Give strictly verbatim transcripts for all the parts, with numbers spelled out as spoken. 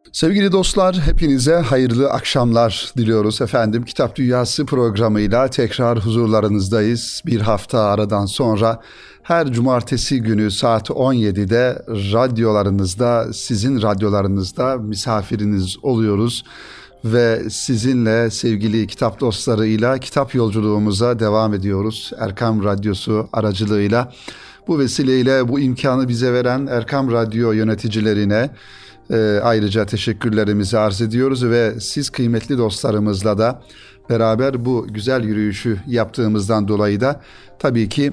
Sevgili dostlar, hepinize hayırlı akşamlar diliyoruz efendim. Kitap Dünyası programıyla tekrar huzurlarınızdayız. Bir hafta aradan sonra her cumartesi günü saat on yedide radyolarınızda, sizin radyolarınızda misafiriniz oluyoruz. Ve sizinle sevgili kitap dostlarıyla kitap yolculuğumuza devam ediyoruz. Erkam Radyosu aracılığıyla. Bu vesileyle bu imkanı bize veren Erkam Radyo yöneticilerine e, ayrıca teşekkürlerimizi arz ediyoruz ve siz kıymetli dostlarımızla da beraber bu güzel yürüyüşü yaptığımızdan dolayı da tabii ki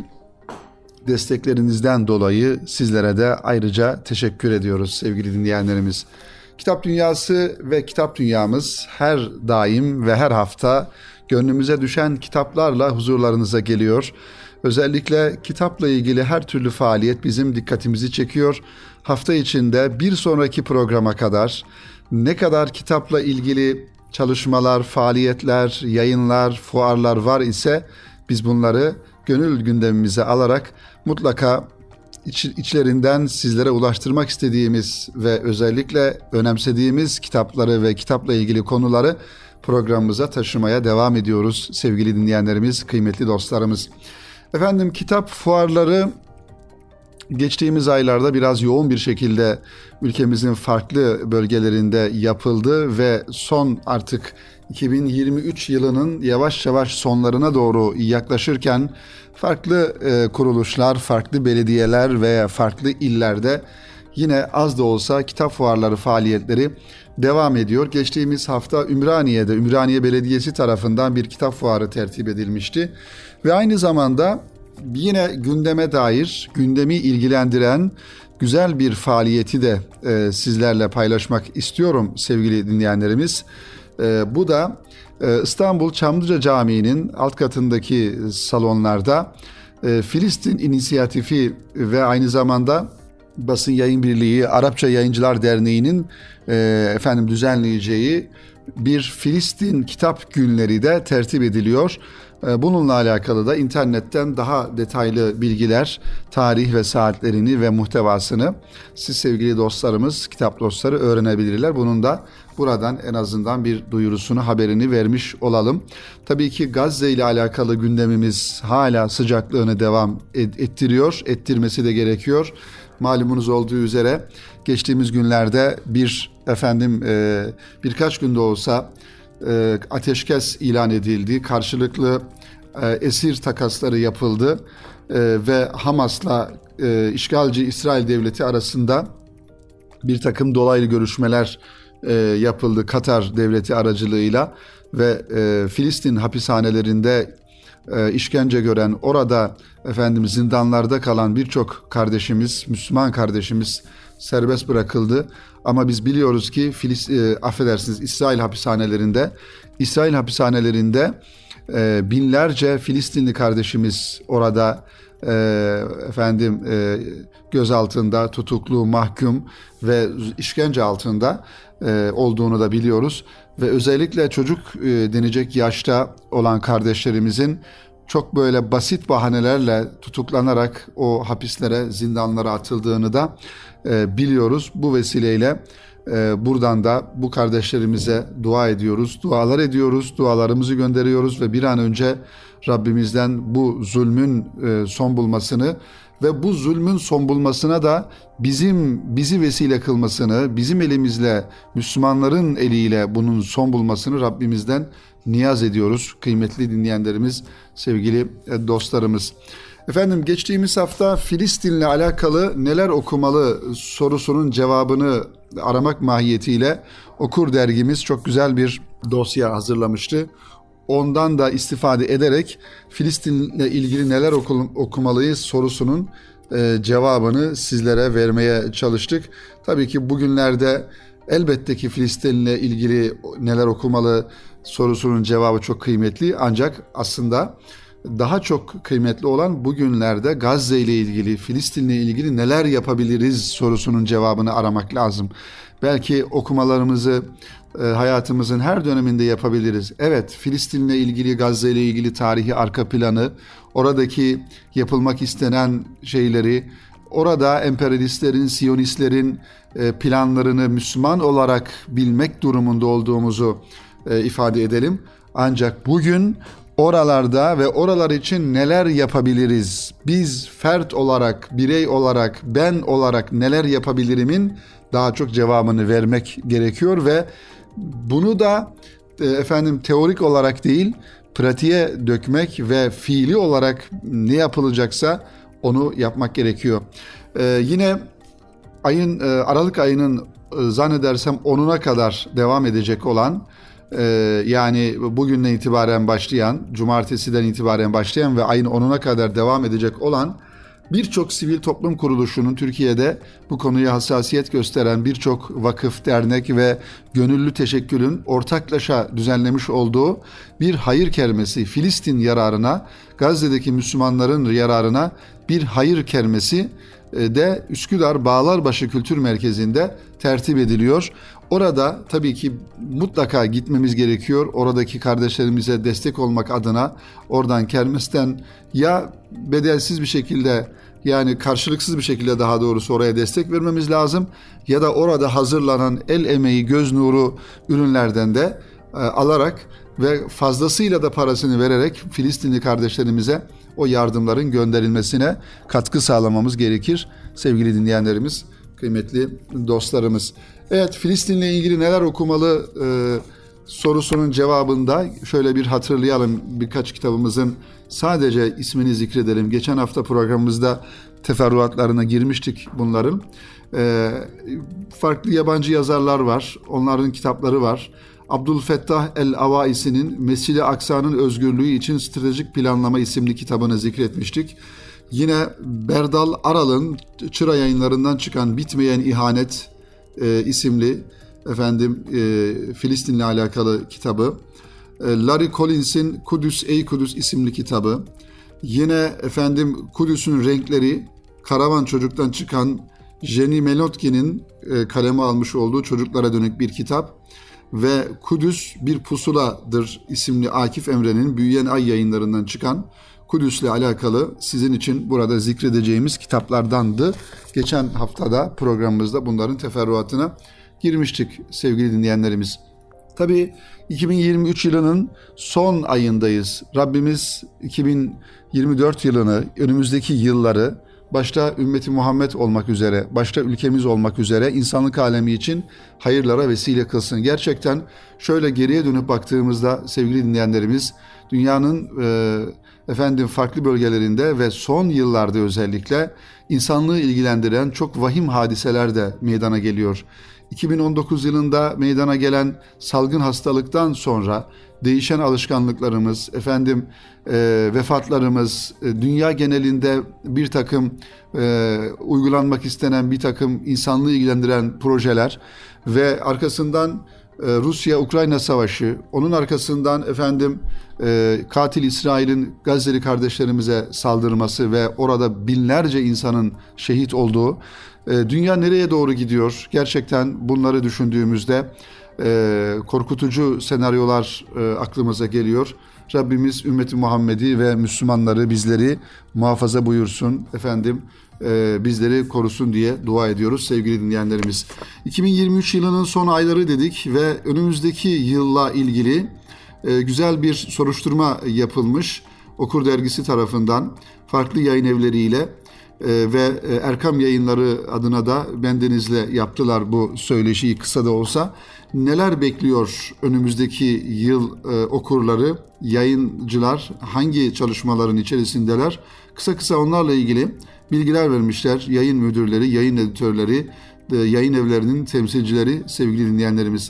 desteklerinizden dolayı sizlere de ayrıca teşekkür ediyoruz sevgili dinleyenlerimiz. Kitap Dünyası ve Kitap Dünyamız her daim ve her hafta gönlümüze düşen kitaplarla huzurlarınıza geliyor. Özellikle kitapla ilgili her türlü faaliyet bizim dikkatimizi çekiyor. Hafta içinde bir sonraki programa kadar ne kadar kitapla ilgili çalışmalar, faaliyetler, yayınlar, fuarlar var ise biz bunları gönül gündemimize alarak mutlaka İç, içlerinden sizlere ulaştırmak istediğimiz ve özellikle önemsediğimiz kitapları ve kitapla ilgili konuları programımıza taşımaya devam ediyoruz sevgili dinleyenlerimiz, kıymetli dostlarımız. Efendim, kitap fuarları geçtiğimiz aylarda biraz yoğun bir şekilde ülkemizin farklı bölgelerinde yapıldı ve son artık iki bin yirmi üç yılının yavaş yavaş sonlarına doğru yaklaşırken farklı e, kuruluşlar, farklı belediyeler veya farklı illerde yine az da olsa kitap fuarları faaliyetleri devam ediyor. Geçtiğimiz hafta Ümraniye'de, Ümraniye Belediyesi tarafından bir kitap fuarı tertip edilmişti. Ve aynı zamanda yine gündeme dair, gündemi ilgilendiren güzel bir faaliyeti de e, sizlerle paylaşmak istiyorum sevgili dinleyenlerimiz. E, bu da e, İstanbul Çamlıca Camii'nin alt katındaki salonlarda e, Filistin İnisiyatifi ve aynı zamanda Basın Yayın Birliği, Arapça Yayıncılar Derneği'nin e, efendim düzenleyeceği bir Filistin Kitap Günleri de tertip ediliyor. Bununla alakalı da internetten daha detaylı bilgiler, tarih ve saatlerini ve muhtevasını siz sevgili dostlarımız, kitap dostları öğrenebilirler. Bunun da buradan en azından bir duyurusunu, haberini vermiş olalım. Tabii ki Gazze ile alakalı gündemimiz hala sıcaklığını devam ettiriyor, ettirmesi de gerekiyor. Malumunuz olduğu üzere geçtiğimiz günlerde bir efendim e, birkaç günde olsa e, ateşkes ilan edildi. Karşılıklı e, esir takasları yapıldı e, ve Hamas'la e, işgalci İsrail Devleti arasında bir takım dolaylı görüşmeler e, yapıldı Katar Devleti aracılığıyla ve e, Filistin hapishanelerinde e, işkence gören, orada efendim zindanlarda kalan birçok kardeşimiz, Müslüman kardeşimiz serbest bırakıldı. Ama biz biliyoruz ki Filis, e, affedersiniz İsrail hapishanelerinde İsrail hapishanelerinde e, binlerce Filistinli kardeşimiz orada e, efendim e, gözaltında, tutuklu, mahkum ve işkence altında e, olduğunu da biliyoruz. Ve özellikle çocuk e, denecek yaşta olan kardeşlerimizin çok böyle basit bahanelerle tutuklanarak o hapislere, zindanlara atıldığını da e, biliyoruz. Bu vesileyle e, buradan da bu kardeşlerimize dua ediyoruz, dualar ediyoruz, dualarımızı gönderiyoruz ve bir an önce Rabbimizden bu zulmün e, son bulmasını ve bu zulmün son bulmasına da bizim bizi vesile kılmasını, bizim elimizle, Müslümanların eliyle bunun son bulmasını Rabbimizden niyaz ediyoruz kıymetli dinleyenlerimiz, sevgili dostlarımız. Efendim, geçtiğimiz hafta Filistin'le alakalı neler okumalı sorusunun cevabını aramak mahiyetiyle Okur dergimiz çok güzel bir dosya hazırlamıştı. Ondan da istifade ederek Filistin'le ilgili neler okumalıyız sorusunun e, cevabını sizlere vermeye çalıştık. Tabii ki bugünlerde elbette ki Filistin'le ilgili neler okumalı sorusunun cevabı çok kıymetli. Ancak aslında daha çok kıymetli olan bugünlerde Gazze ile ilgili, Filistin'le ilgili neler yapabiliriz sorusunun cevabını aramak lazım. Belki okumalarımızı e, hayatımızın her döneminde yapabiliriz. Evet, Filistin'le ilgili, Gazze ile ilgili tarihi arka planı, oradaki yapılmak istenen şeyleri, orada emperyalistlerin, Siyonistlerin e, planlarını Müslüman olarak bilmek durumunda olduğumuzu e, ifade edelim. Ancak bugün oralarda ve oralar için neler yapabiliriz? Biz fert olarak, birey olarak, ben olarak neler yapabilirimin daha çok cevabını vermek gerekiyor ve bunu da e, efendim teorik olarak değil, pratiğe dökmek ve fiili olarak ne yapılacaksa onu yapmak gerekiyor. Ee, yine ayın e, Aralık ayının e, zannedersem onuna kadar devam edecek olan e, yani bugünden itibaren başlayan, cumartesiden itibaren başlayan ve ayın onuna kadar devam edecek olan birçok sivil toplum kuruluşunun Türkiye'de bu konuya hassasiyet gösteren birçok vakıf, dernek ve gönüllü teşekkülün ortaklaşa düzenlemiş olduğu bir hayır kermesi, Filistin yararına, Gazze'deki Müslümanların yararına bir hayır kermesi de Üsküdar Bağlarbaşı Kültür Merkezi'nde tertip ediliyor. Orada tabii ki mutlaka gitmemiz gerekiyor. Oradaki kardeşlerimize destek olmak adına oradan kermesten ya bedelsiz bir şekilde, yani karşılıksız bir şekilde daha doğrusu oraya destek vermemiz lazım ya da orada hazırlanan el emeği, göz nuru ürünlerden de e, alarak ve fazlasıyla da parasını vererek Filistinli kardeşlerimize o yardımların gönderilmesine katkı sağlamamız gerekir. Sevgili dinleyenlerimiz, kıymetli dostlarımız. Evet, Filistin'le ilgili neler okumalı e, sorusunun cevabında şöyle bir hatırlayalım. Birkaç kitabımızın sadece ismini zikredelim. Geçen hafta programımızda teferruatlarına girmiştik bunların. E, farklı yabancı yazarlar var. Onların kitapları var. Abdülfettah el-Avaisi'nin Mescid-i Aksa'nın özgürlüğü için stratejik planlama isimli kitabını zikretmiştik. Yine Berdal Aral'ın Çıra Yayınlarından çıkan Bitmeyen İhanet e, isimli efendim e, Filistin'le alakalı kitabı. E, Larry Collins'in Kudüs Ey Kudüs isimli kitabı. Yine efendim Kudüs'ün Renkleri, Karavan Çocuk'tan çıkan Jenny Melotki'nin e, kaleme almış olduğu çocuklara dönük bir kitap. Ve Kudüs Bir Pusuladır isimli Akif Emre'nin Büyüyen Ay Yayınlarından çıkan Kudüs'le alakalı sizin için burada zikredeceğimiz kitaplardandı. Geçen haftada programımızda bunların teferruatına girmiştik sevgili dinleyenlerimiz. Tabii iki bin yirmi üç yılının son ayındayız. Rabbimiz iki bin yirmi dört yılını, önümüzdeki yılları başta ümmeti Muhammed olmak üzere, başta ülkemiz olmak üzere insanlık alemi için hayırlara vesile kılsın. Gerçekten şöyle geriye dönüp baktığımızda sevgili dinleyenlerimiz, dünyanın e, efendim farklı bölgelerinde ve son yıllarda özellikle insanlığı ilgilendiren çok vahim hadiseler de meydana geliyor. iki bin on dokuz yılında meydana gelen salgın hastalıktan sonra değişen alışkanlıklarımız, efendim e, vefatlarımız, e, dünya genelinde bir takım e, uygulanmak istenen bir takım insanlığı ilgilendiren projeler ve arkasından e, Rusya-Ukrayna savaşı, onun arkasından efendim e, katil İsrail'in Gazze'li kardeşlerimize saldırması ve orada binlerce insanın şehit olduğu, e, dünya nereye doğru gidiyor? Gerçekten bunları düşündüğümüzde e, korkutucu senaryolar e, aklımıza geliyor. Rabbimiz ümmeti Muhammed'i ve Müslümanları, bizleri muhafaza buyursun efendim, e, bizleri korusun diye dua ediyoruz sevgili dinleyenlerimiz. iki bin yirmi üç yılının son ayları dedik ve önümüzdeki yılla ilgili e, güzel bir soruşturma yapılmış. Okur Dergisi tarafından farklı yayın evleriyle Ee, ve Erkam Yayınları adına da bendenizle yaptılar bu söyleşiyi, kısa da olsa. Neler bekliyor önümüzdeki yıl e, okurları, yayıncılar, hangi çalışmaların içerisindeler? Kısa kısa onlarla ilgili bilgiler vermişler yayın müdürleri, yayın editörleri, e, yayın evlerinin temsilcileri, sevgili dinleyenlerimiz.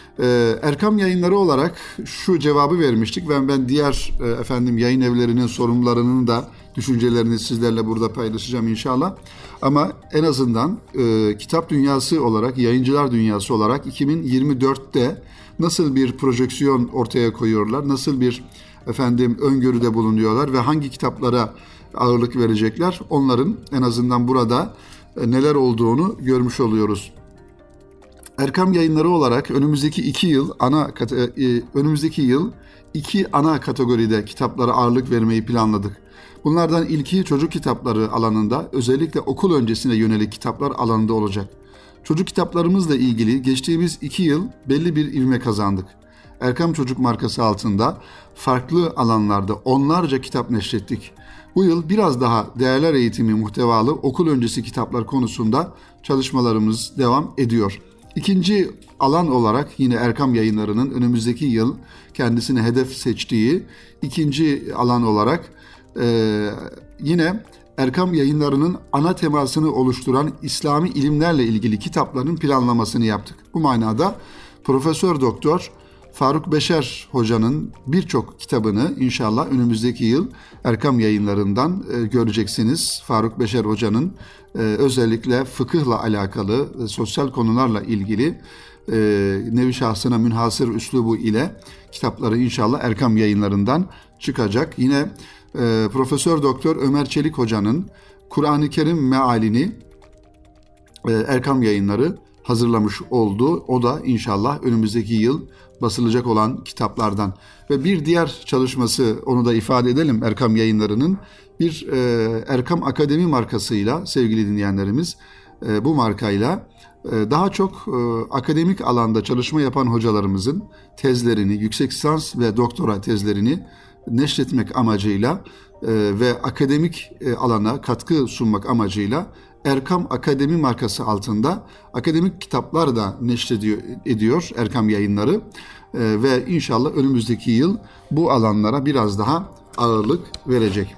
Erkam Yayınları olarak şu cevabı vermiştik ve ben diğer efendim yayın evlerinin sorumlularının da düşüncelerini sizlerle burada paylaşacağım inşallah. Ama en azından e, kitap dünyası olarak, yayıncılar dünyası olarak iki bin yirmi dörtte nasıl bir projeksiyon ortaya koyuyorlar, nasıl bir efendim öngörüde bulunuyorlar ve hangi kitaplara ağırlık verecekler, onların en azından burada e, neler olduğunu görmüş oluyoruz. Erkam Yayınları olarak önümüzdeki iki yıl ana önümüzdeki yıl iki ana kategoride kitaplara ağırlık vermeyi planladık. Bunlardan ilki çocuk kitapları alanında, özellikle okul öncesine yönelik kitaplar alanında olacak. Çocuk kitaplarımızla ilgili geçtiğimiz iki yıl belli bir ivme kazandık. Erkam Çocuk markası altında farklı alanlarda onlarca kitap neşrettik. Bu yıl biraz daha değerler eğitimi muhtevalı okul öncesi kitaplar konusunda çalışmalarımız devam ediyor. İkinci alan olarak yine Erkam Yayınları'nın önümüzdeki yıl kendisine hedef seçtiği ikinci alan olarak e, yine Erkam Yayınları'nın ana temasını oluşturan İslami ilimlerle ilgili kitapların planlamasını yaptık. Bu manada Profesör Doktor Faruk Beşer Hoca'nın birçok kitabını inşallah önümüzdeki yıl Erkam Yayınları'ndan e, göreceksiniz. Faruk Beşer Hoca'nın e, özellikle fıkıhla alakalı, e, sosyal konularla ilgili e, nevi şahsına münhasır üslubu ile kitapları inşallah Erkam Yayınları'ndan çıkacak. Yine e, Profesör Doktor Ömer Çelik Hoca'nın Kur'an-ı Kerim mealini e, Erkam Yayınları hazırlamış oldu. O da inşallah önümüzdeki yıl basılacak olan kitaplardan. Ve bir diğer çalışması, onu da ifade edelim, Erkam Yayınları'nın bir e, Erkam Akademi markasıyla sevgili dinleyenlerimiz, e, bu markayla e, daha çok e, akademik alanda çalışma yapan hocalarımızın tezlerini, yüksek lisans ve doktora tezlerini neşretmek amacıyla e, ve akademik e, alana katkı sunmak amacıyla Erkam Akademi markası altında akademik kitaplar da neşrediyor ediyor Erkam Yayınları ee, ve inşallah önümüzdeki yıl bu alanlara biraz daha ağırlık verecek.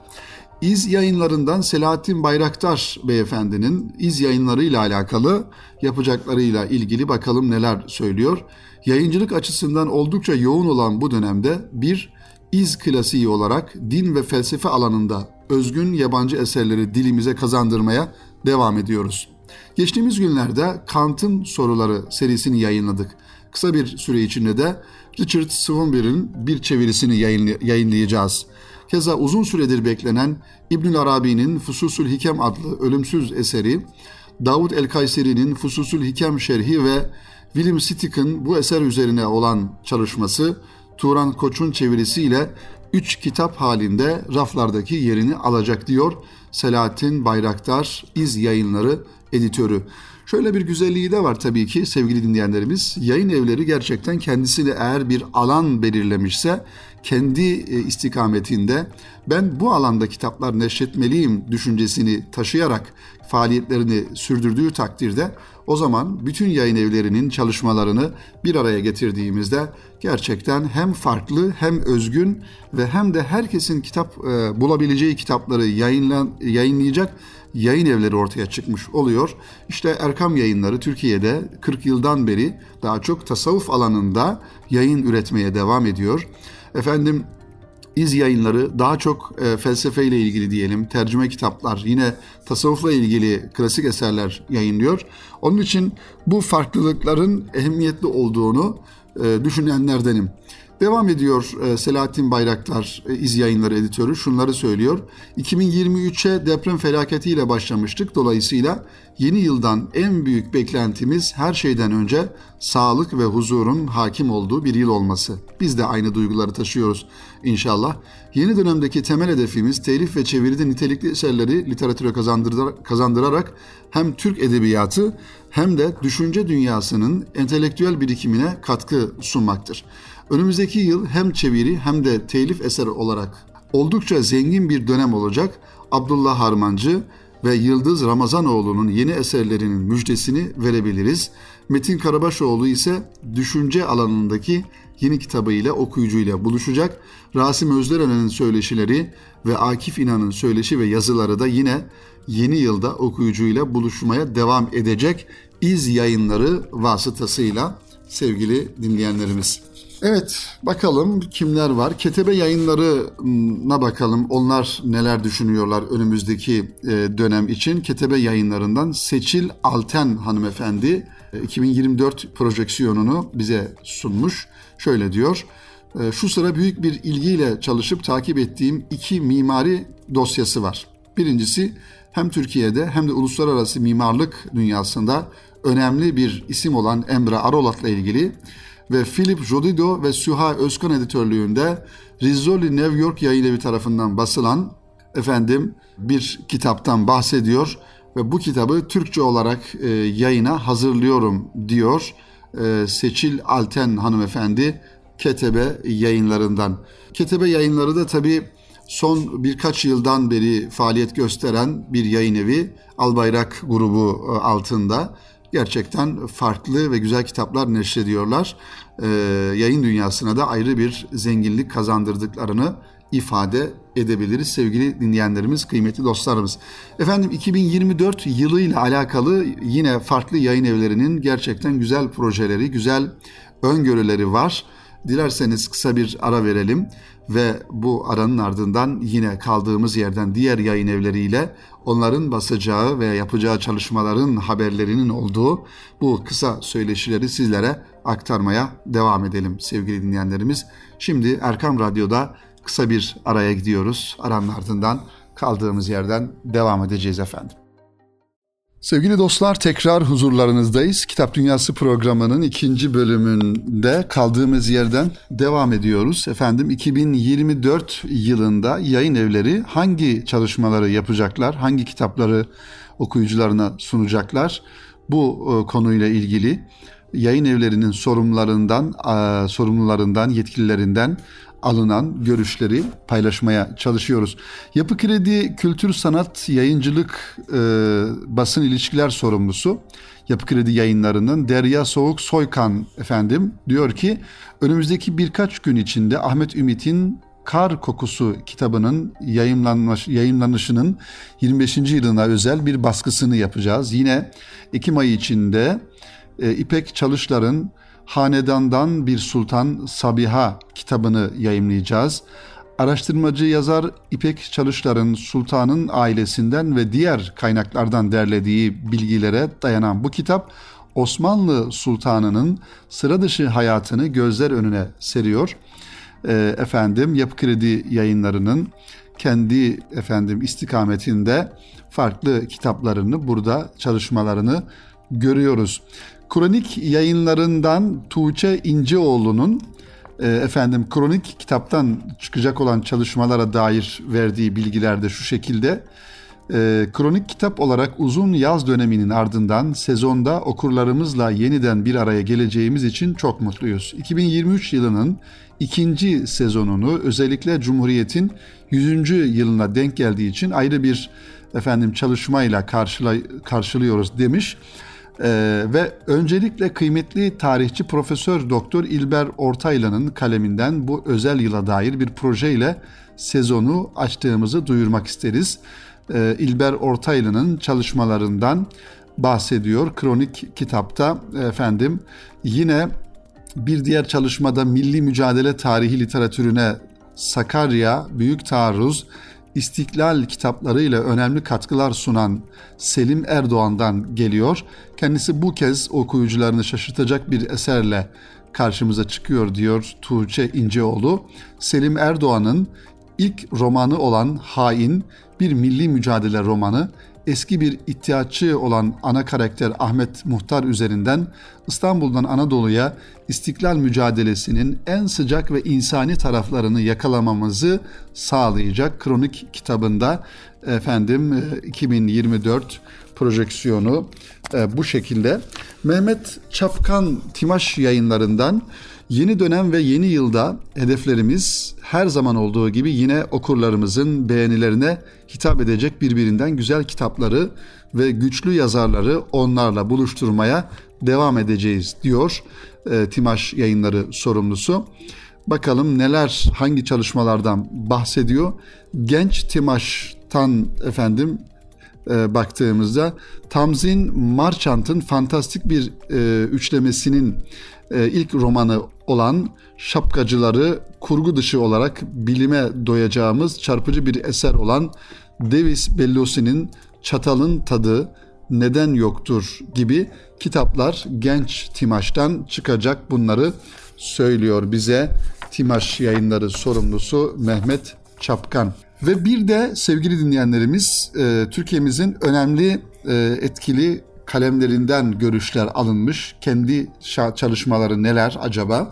İz Yayınları'ndan Selahattin Bayraktar Beyefendinin İz Yayınları ile alakalı yapacaklarıyla ilgili bakalım neler söylüyor. Yayıncılık açısından oldukça yoğun olan bu dönemde bir İz klasiği olarak din ve felsefe alanında özgün yabancı eserleri dilimize kazandırmaya devam ediyoruz. Geçtiğimiz günlerde Kant'ın Soruları serisini yayınladık. Kısa bir süre içinde de Richard Swinburne'in bir çevirisini yayınlayacağız. Keza uzun süredir beklenen İbnül Arabi'nin Fususül Hikem adlı ölümsüz eseri, Davud el-Kayseri'nin Fususül Hikem şerhi ve William Stick'in bu eser üzerine olan çalışması, Turan Koç'un çevirisiyle üç kitap halinde raflardaki yerini alacak diyor Selahattin Bayraktar, İz Yayınları editörü. Şöyle bir güzelliği de var tabii ki sevgili dinleyenlerimiz. Yayın evleri gerçekten kendisine eğer bir alan belirlemişse kendi istikametinde ben bu alanda kitaplar neşretmeliyim düşüncesini taşıyarak faaliyetlerini sürdürdüğü takdirde o zaman bütün yayın evlerinin çalışmalarını bir araya getirdiğimizde gerçekten hem farklı hem özgün ve hem de herkesin kitap e, bulabileceği kitapları yayınlan, yayınlayacak yayın evleri ortaya çıkmış oluyor. İşte Erkam Yayınları Türkiye'de kırk yıldan beri daha çok tasavvuf alanında yayın üretmeye devam ediyor. Efendim İz Yayınları daha çok e, felsefeyle ilgili diyelim, tercüme kitaplar, yine tasavvufla ilgili klasik eserler yayınlıyor. Onun için bu farklılıkların ehemmiyetli olduğunu e, düşünenlerdenim. Devam ediyor e, Selahattin Bayraktar, e, İz Yayınları editörü şunları söylüyor. iki bin yirmi üçe deprem felaketiyle başlamıştık. Dolayısıyla yeni yıldan en büyük beklentimiz her şeyden önce sağlık ve huzurun hakim olduğu bir yıl olması. Biz de aynı duyguları taşıyoruz inşallah. Yeni dönemdeki temel hedefimiz telif ve çeviride nitelikli eserleri literatüre kazandırarak hem Türk edebiyatı hem de düşünce dünyasının entelektüel birikimine katkı sunmaktır. Önümüzdeki yıl hem çeviri hem de telif eseri olarak oldukça zengin bir dönem olacak. Abdullah Harmancı ve Yıldız Ramazanoğlu'nun yeni eserlerinin müjdesini verebiliriz. Metin Karabaşoğlu ise düşünce alanındaki yeni kitabıyla okuyucuyla buluşacak. Rasim Özderen'in söyleşileri ve Akif İnan'ın söyleşi ve yazıları da yine yeni yılda okuyucuyla buluşmaya devam edecek İz Yayınları vasıtasıyla sevgili dinleyenlerimiz. Evet, bakalım kimler var? Ketebe Yayınları'na bakalım. Onlar neler düşünüyorlar önümüzdeki dönem için? Ketebe Yayınları'ndan Seçil Alten hanımefendi iki bin yirmi dört projeksiyonunu bize sunmuş. Şöyle diyor: şu sıra büyük bir ilgiyle çalışıp takip ettiğim iki mimari dosyası var. Birincisi hem Türkiye'de hem de uluslararası mimarlık dünyasında önemli bir isim olan Emre Arolat'la ilgili ve Philip Jodido ve Süha Özkan editörlüğünde Rizzoli New York Yayınevi tarafından basılan efendim bir kitaptan bahsediyor ve bu kitabı Türkçe olarak e, yayına hazırlıyorum diyor e, Seçil Alten hanımefendi Ketebe Yayınları'ndan. Ketebe Yayınları da tabii son birkaç yıldan beri faaliyet gösteren bir yayın evi. Albayrak grubu altında gerçekten farklı ve güzel kitaplar neşrediyorlar. Ee, yayın dünyasına da ayrı bir zenginlik kazandırdıklarını ifade edebiliriz sevgili dinleyenlerimiz, kıymetli dostlarımız. Efendim iki bin yirmi dört yılıyla alakalı yine farklı yayın evlerinin gerçekten güzel projeleri, güzel öngörüleri var. Dilerseniz kısa bir ara verelim ve bu aranın ardından yine kaldığımız yerden diğer yayın evleriyle onların basacağı ve yapacağı çalışmaların haberlerinin olduğu bu kısa söyleşileri sizlere aktarmaya devam edelim sevgili dinleyenlerimiz. Şimdi Erkam Radyo'da kısa bir araya gidiyoruz. Aranın ardından kaldığımız yerden devam edeceğiz efendim. Sevgili dostlar, tekrar huzurlarınızdayız. Kitap Dünyası programının ikinci bölümünde kaldığımız yerden devam ediyoruz. Efendim iki bin yirmi dört yılında yayın evleri hangi çalışmaları yapacaklar, hangi kitapları okuyucularına sunacaklar? Bu konuyla ilgili yayın evlerinin sorumlularından, sorumlularından, yetkililerinden alınan görüşleri paylaşmaya çalışıyoruz. Yapı Kredi Kültür Sanat Yayıncılık e, Basın İlişkiler Sorumlusu Yapı Kredi Yayınları'nın Derya Soğuk Soykan efendim diyor ki önümüzdeki birkaç gün içinde Ahmet Ümit'in Kar Kokusu kitabının yayımlanmış, yayımlanışının yirmi beşinci yılına özel bir baskısını yapacağız. Yine Ekim ayı içinde e, İpek Çalışlar'ın Hanedandan Bir Sultan Sabiha kitabını yayımlayacağız. Araştırmacı yazar İpek Çalışlar'ın Sultan'ın ailesinden ve diğer kaynaklardan derlediği bilgilere dayanan bu kitap Osmanlı Sultanı'nın sıra dışı hayatını gözler önüne seriyor. E, efendim Yapı Kredi Yayınları'nın kendi efendim istikametinde farklı kitaplarını, burada çalışmalarını görüyoruz. Kronik Yayınları'ndan Tuğçe İnceoğlu'nun e, efendim kronik kitaptan çıkacak olan çalışmalara dair verdiği bilgiler de şu şekilde. E, kronik kitap olarak uzun yaz döneminin ardından sezonda okurlarımızla yeniden bir araya geleceğimiz için çok mutluyuz. iki bin yirmi üç yılının ikinci sezonunu özellikle Cumhuriyet'in yüzüncü yılına denk geldiği için ayrı bir efendim çalışmayla karşıla, karşılıyoruz demiş. Ee, ve öncelikle kıymetli tarihçi Profesör Doktor İlber Ortaylı'nın kaleminden bu özel yıla dair bir projeyle sezonu açtığımızı duyurmak isteriz. Ee, İlber Ortaylı'nın çalışmalarından bahsediyor kronik kitapta efendim. Yine bir diğer çalışmada milli mücadele tarihi literatürüne Sakarya, Büyük Taarruz, İstiklal kitaplarıyla önemli katkılar sunan Selim Erdoğan'dan geliyor. Kendisi bu kez okuyucularını şaşırtacak bir eserle karşımıza çıkıyor diyor Tuğçe İnceoğlu. Selim Erdoğan'ın ilk romanı olan Hain, bir milli mücadele romanı, eski bir iddiatçı olan ana karakter Ahmet Muhtar üzerinden İstanbul'dan Anadolu'ya İstiklal mücadelesinin en sıcak ve insani taraflarını yakalamamızı sağlayacak kronik kitabında efendim iki bin yirmi dört projeksiyonu bu şekilde. Mehmet Çapkan Timaş Yayınları'ndan yeni dönem ve yeni yılda hedeflerimiz her zaman olduğu gibi yine okurlarımızın beğenilerine hitap edecek birbirinden güzel kitapları ve güçlü yazarları onlarla buluşturmaya devam edeceğiz diyor e, Timaş Yayınları sorumlusu. Bakalım neler, hangi çalışmalardan bahsediyor? Genç Timaş'tan efendim e, baktığımızda Tamzin Marchant'ın fantastik bir e, üçlemesinin e, ilk romanı olan Şapkacıları kurgu dışı olarak bilime doyacağımız çarpıcı bir eser olan Davis Bellosi'nin Çatalın Tadı Neden Yoktur gibi kitaplar genç Timaş'tan çıkacak, bunları söylüyor bize Timaş Yayınları sorumlusu Mehmet Çapkan. Ve bir de sevgili dinleyenlerimiz Türkiye'mizin önemli etkili kalemlerinden görüşler alınmış. Kendi çalışmaları neler acaba?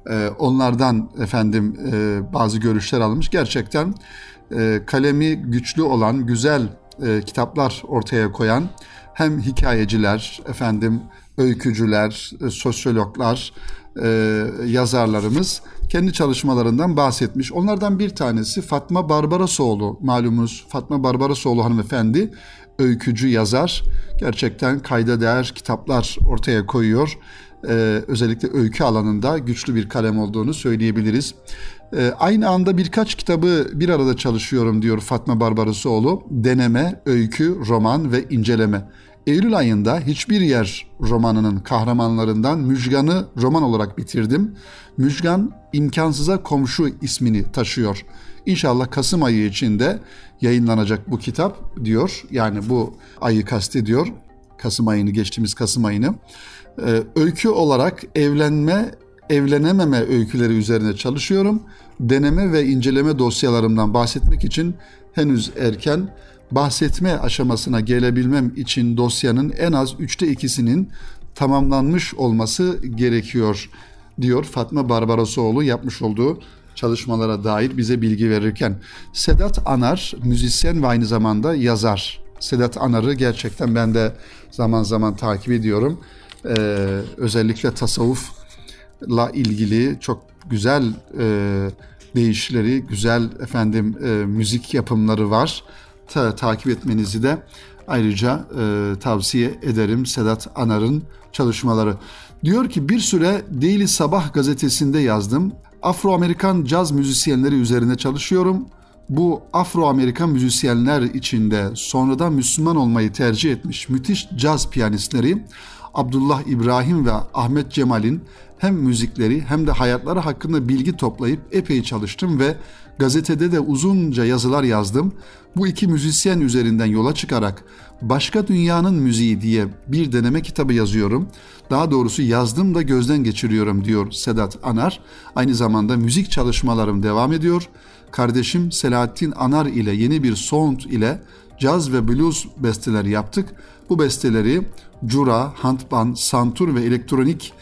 e, onlardan efendim e, bazı görüşler almış. Gerçekten e, kalemi güçlü olan, güzel e, kitaplar ortaya koyan hem hikayeciler, efendim öykücüler, e, sosyologlar, e, yazarlarımız kendi çalışmalarından bahsetmiş. Onlardan bir tanesi Fatma Barbarasoğlu. Malumunuz Fatma Barbarasoğlu hanımefendi öykücü, yazar. Gerçekten kayda değer kitaplar ortaya koyuyor. Ee, özellikle öykü alanında güçlü bir kalem olduğunu söyleyebiliriz. Ee, aynı anda birkaç kitabı bir arada çalışıyorum diyor Fatma Barbarasoğlu. Deneme, öykü, roman ve inceleme. Eylül ayında Hiçbir Yer romanının kahramanlarından Müjgan'ı roman olarak bitirdim. Müjgan, imkansıza komşu ismini taşıyor. İnşallah Kasım ayı içinde yayınlanacak bu kitap diyor. Yani bu ayı kastediyor. Kasım ayını, geçtiğimiz Kasım ayını. Ee, öykü olarak evlenme, evlenememe öyküleri üzerine çalışıyorum. Deneme ve inceleme dosyalarımdan bahsetmek için henüz erken. Bahsetme aşamasına gelebilmem için dosyanın en az üçte ikisinin tamamlanmış olması gerekiyor diyor Fatma Barbarasoğlu yapmış olduğu çalışmalara dair bize bilgi verirken. Sedat Anar müzisyen ve aynı zamanda yazar. Sedat Anar'ı gerçekten ben de zaman zaman takip ediyorum. Ee, özellikle tasavvufla ilgili çok güzel e, deyişleri, güzel efendim e, müzik yapımları var. Ta, takip etmenizi de ayrıca e, tavsiye ederim Sedat Anar'ın çalışmaları. Diyor ki bir süre Daily Sabah gazetesinde yazdım. Afro-Amerikan caz müzisyenleri üzerine çalışıyorum. Bu Afro-Amerikan müzisyenler içinde sonradan Müslüman olmayı tercih etmiş müthiş caz piyanistleri Abdullah İbrahim ve Ahmet Cemal'in hem müzikleri hem de hayatları hakkında bilgi toplayıp epey çalıştım ve gazetede de uzunca yazılar yazdım. Bu iki müzisyen üzerinden yola çıkarak Başka Dünyanın Müziği diye bir deneme kitabı yazıyorum. Daha doğrusu yazdım da gözden geçiriyorum diyor Sedat Anar. Aynı zamanda müzik çalışmalarım devam ediyor. Kardeşim Selahattin Anar ile yeni bir sound ile caz ve blues besteleri yaptık. Bu besteleri cura, handpan, santur ve elektronik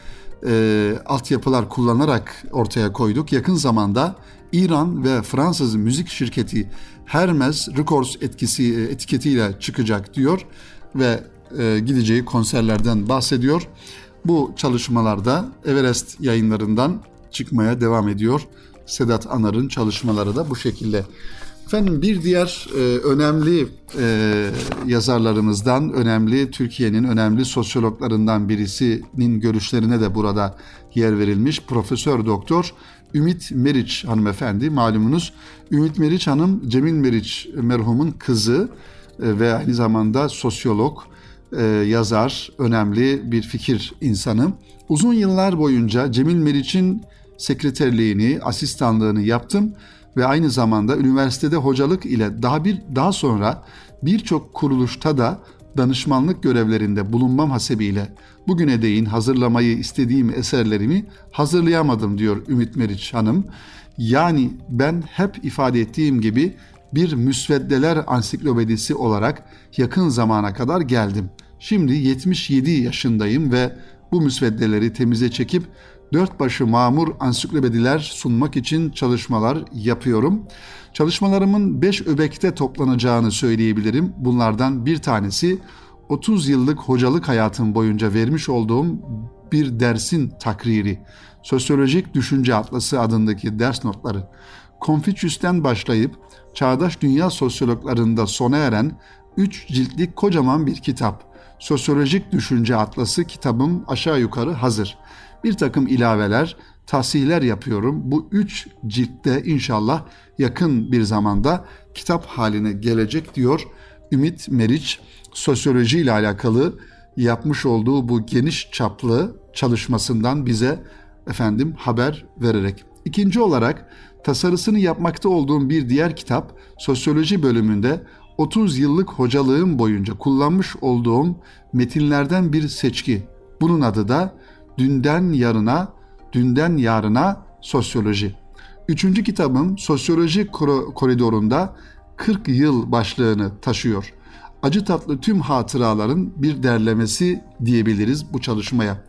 e, altyapılar kullanarak ortaya koyduk. Yakın zamanda İran ve Fransız müzik şirketi Hermes Records etkisi etiketiyle çıkacak diyor ve e, gideceği konserlerden bahsediyor. Bu çalışmalarda Everest yayınlarından çıkmaya devam ediyor. Sedat Anar'ın çalışmaları da bu şekilde. Efendim bir diğer e, önemli e, yazarlarımızdan, önemli Türkiye'nin önemli sosyologlarından birisinin görüşlerine de burada yer verilmiş. Profesör Doktor Ümit Meriç hanımefendi, malumunuz Ümit Meriç Hanım Cemil Meriç merhumun kızı e, ve aynı zamanda sosyolog, e, yazar, önemli bir fikir insanı. Uzun yıllar boyunca Cemil Meriç'in sekreterliğini, asistanlığını yaptım ve aynı zamanda üniversitede hocalık ile daha bir daha sonra birçok kuruluşta da danışmanlık görevlerinde bulunmam hasebiyle bugüne değin hazırlamayı istediğim eserlerimi hazırlayamadım diyor Ümit Meriç Hanım. Yani ben hep ifade ettiğim gibi bir müsveddeler ansiklopedisi olarak yakın zamana kadar geldim. Şimdi yetmiş yedi yaşındayım ve bu müsveddeleri temize çekip dört başı mamur ansiklopediler sunmak için çalışmalar yapıyorum. Çalışmalarımın beş öbekte toplanacağını söyleyebilirim. Bunlardan bir tanesi otuz yıllık hocalık hayatım boyunca vermiş olduğum bir dersin takriri. Sosyolojik Düşünce Atlası adındaki ders notları. Konfüçyüs'ten başlayıp çağdaş dünya sosyologlarında sona eren üç ciltlik kocaman bir kitap. Sosyolojik Düşünce Atlası kitabım aşağı yukarı hazır. Bir takım ilaveler, tahsihler yapıyorum. Bu üç ciltte inşallah yakın bir zamanda kitap haline gelecek diyor Ümit Meriç. Sosyoloji ile alakalı yapmış olduğu bu geniş çaplı çalışmasından bize efendim haber vererek. İkinci olarak tasarısını yapmakta olduğum bir diğer kitap sosyoloji bölümünde otuz yıllık hocalığım boyunca kullanmış olduğum metinlerden bir seçki. Bunun adı da Dünden Yarına, Dünden Yarına Sosyoloji. Üçüncü kitabım Sosyoloji Koridorunda kırk yıl başlığını taşıyor. Acı tatlı tüm hatıraların bir derlemesi diyebiliriz bu çalışmaya.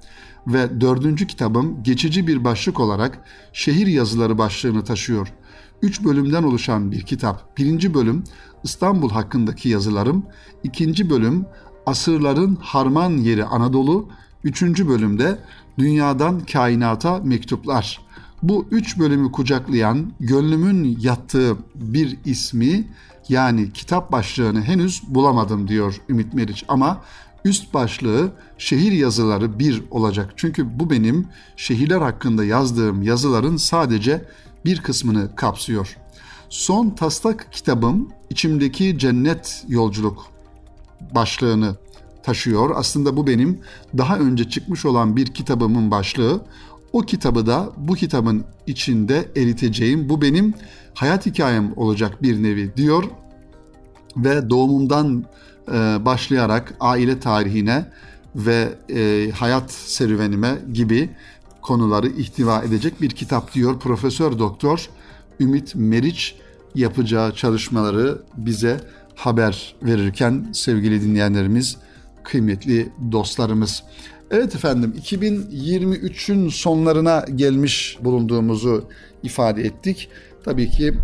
ve dördüncü kitabım geçici bir başlık olarak şehir yazıları başlığını taşıyor. Üç bölümden oluşan bir kitap. Birinci bölüm İstanbul hakkındaki yazılarım, ikinci bölüm asırların harman yeri Anadolu, üçüncü bölümde dünyadan kainata mektuplar. Bu üç bölümü kucaklayan, gönlümün yattığı bir ismi, yani kitap başlığını henüz bulamadım diyor Ümit Meriç, ama üst başlığı şehir yazıları bir olacak. Çünkü bu benim şehirler hakkında yazdığım yazıların sadece bir kısmını kapsıyor. Son taslak kitabım İçimdeki Cennet Yolculuk başlığını taşıyor. Aslında bu benim daha önce çıkmış olan bir kitabımın başlığı. O kitabı da bu kitabın içinde eriteceğim. Bu benim hayat hikayem olacak bir nevi diyor ve doğumumdan e, başlayarak aile tarihine ve e, hayat serüvenime gibi konuları ihtiva edecek bir kitap diyor Profesör Doktor Ümit Meriç, yapacağı çalışmaları bize haber verirken sevgili dinleyenlerimiz, kıymetli dostlarımız. Evet efendim, iki bin yirmi üçün sonlarına gelmiş bulunduğumuzu ifade ettik. Tabii ki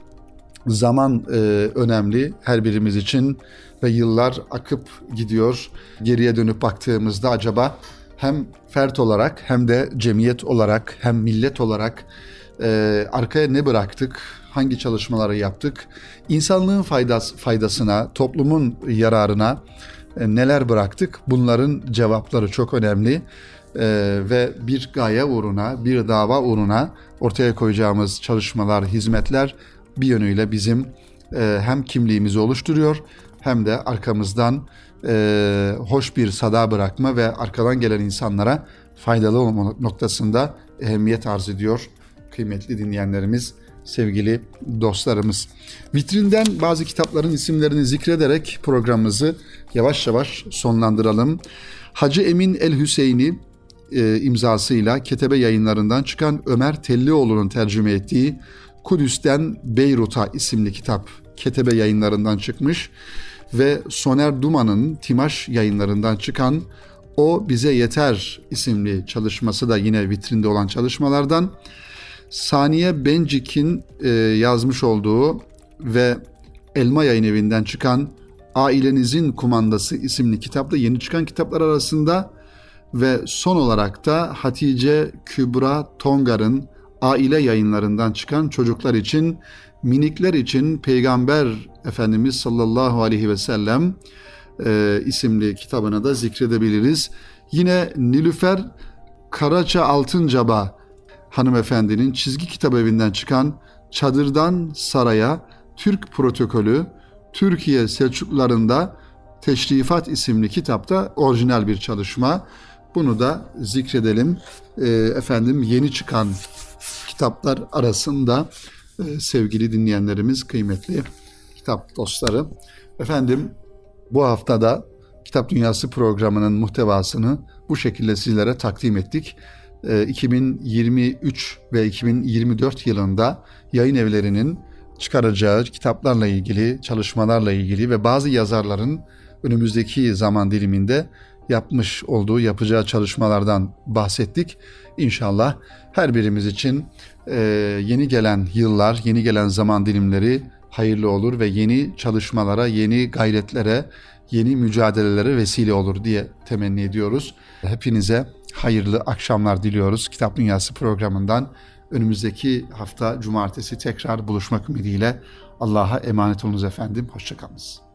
zaman e, önemli her birimiz için ve yıllar akıp gidiyor. Geriye dönüp baktığımızda acaba hem fert olarak hem de cemiyet olarak hem millet olarak e, arkaya ne bıraktık? Hangi çalışmaları yaptık? İnsanlığın faydas, faydasına, toplumun yararına e, neler bıraktık? Bunların cevapları çok önemli e, ve bir gaye uğruna, bir dava uğruna ortaya koyacağımız çalışmalar, hizmetler bir yönüyle bizim e, hem kimliğimizi oluşturuyor hem de arkamızdan e, hoş bir sada bırakma ve arkadan gelen insanlara faydalı olma noktasında ehemmiyet arz ediyor kıymetli dinleyenlerimiz, sevgili dostlarımız. Vitrinden bazı kitapların isimlerini zikrederek programımızı yavaş yavaş sonlandıralım. Hacı Emin el-Hüseyni e, imzasıyla Ketebe Yayınlarından çıkan Ömer Tellioğlu'nun tercüme ettiği Kudüs'ten Beyrut'a isimli kitap Ketebe Yayınlarından çıkmış ve Soner Duman'ın Timaş Yayınlarından çıkan O Bize Yeter isimli çalışması da yine vitrinde olan çalışmalardan. Saniye Bencik'in e, yazmış olduğu ve Elma Yayın Evi'nden çıkan Ailenizin Kumandası isimli kitapla yeni çıkan kitaplar arasında ve son olarak da Hatice Kübra Tongar'ın Aile Yayınlarından çıkan Çocuklar için, Minikler için Peygamber Efendimiz sallallahu aleyhi ve sellem e, isimli kitabını da zikredebiliriz. Yine Nilüfer Karaça Altıncaba hanımefendinin çizgi kitap evinden çıkan Çadırdan Saraya Türk Protokolü, Türkiye Selçuklularında Teşrifat isimli kitapta orijinal bir çalışma. Bunu da zikredelim. E, efendim yeni çıkan kitaplar arasında e, sevgili dinleyenlerimiz, kıymetli kitap dostları. Efendim bu haftada Kitap Dünyası programının muhtevasını bu şekilde sizlere takdim ettik. E, iki bin yirmi üç ve iki bin yirmi dört yılında yayın evlerinin çıkaracağı kitaplarla ilgili, çalışmalarla ilgili ve bazı yazarların önümüzdeki zaman diliminde yapmış olduğu, yapacağı çalışmalardan bahsettik. İnşallah her birimiz için e, yeni gelen yıllar, yeni gelen zaman dilimleri hayırlı olur ve yeni çalışmalara, yeni gayretlere, yeni mücadelelere vesile olur diye temenni ediyoruz. Hepinize hayırlı akşamlar diliyoruz. Kitap Dünyası programından önümüzdeki hafta cumartesi tekrar buluşmak ümidiyle Allah'a emanet olunuz efendim. Hoşça kalınız.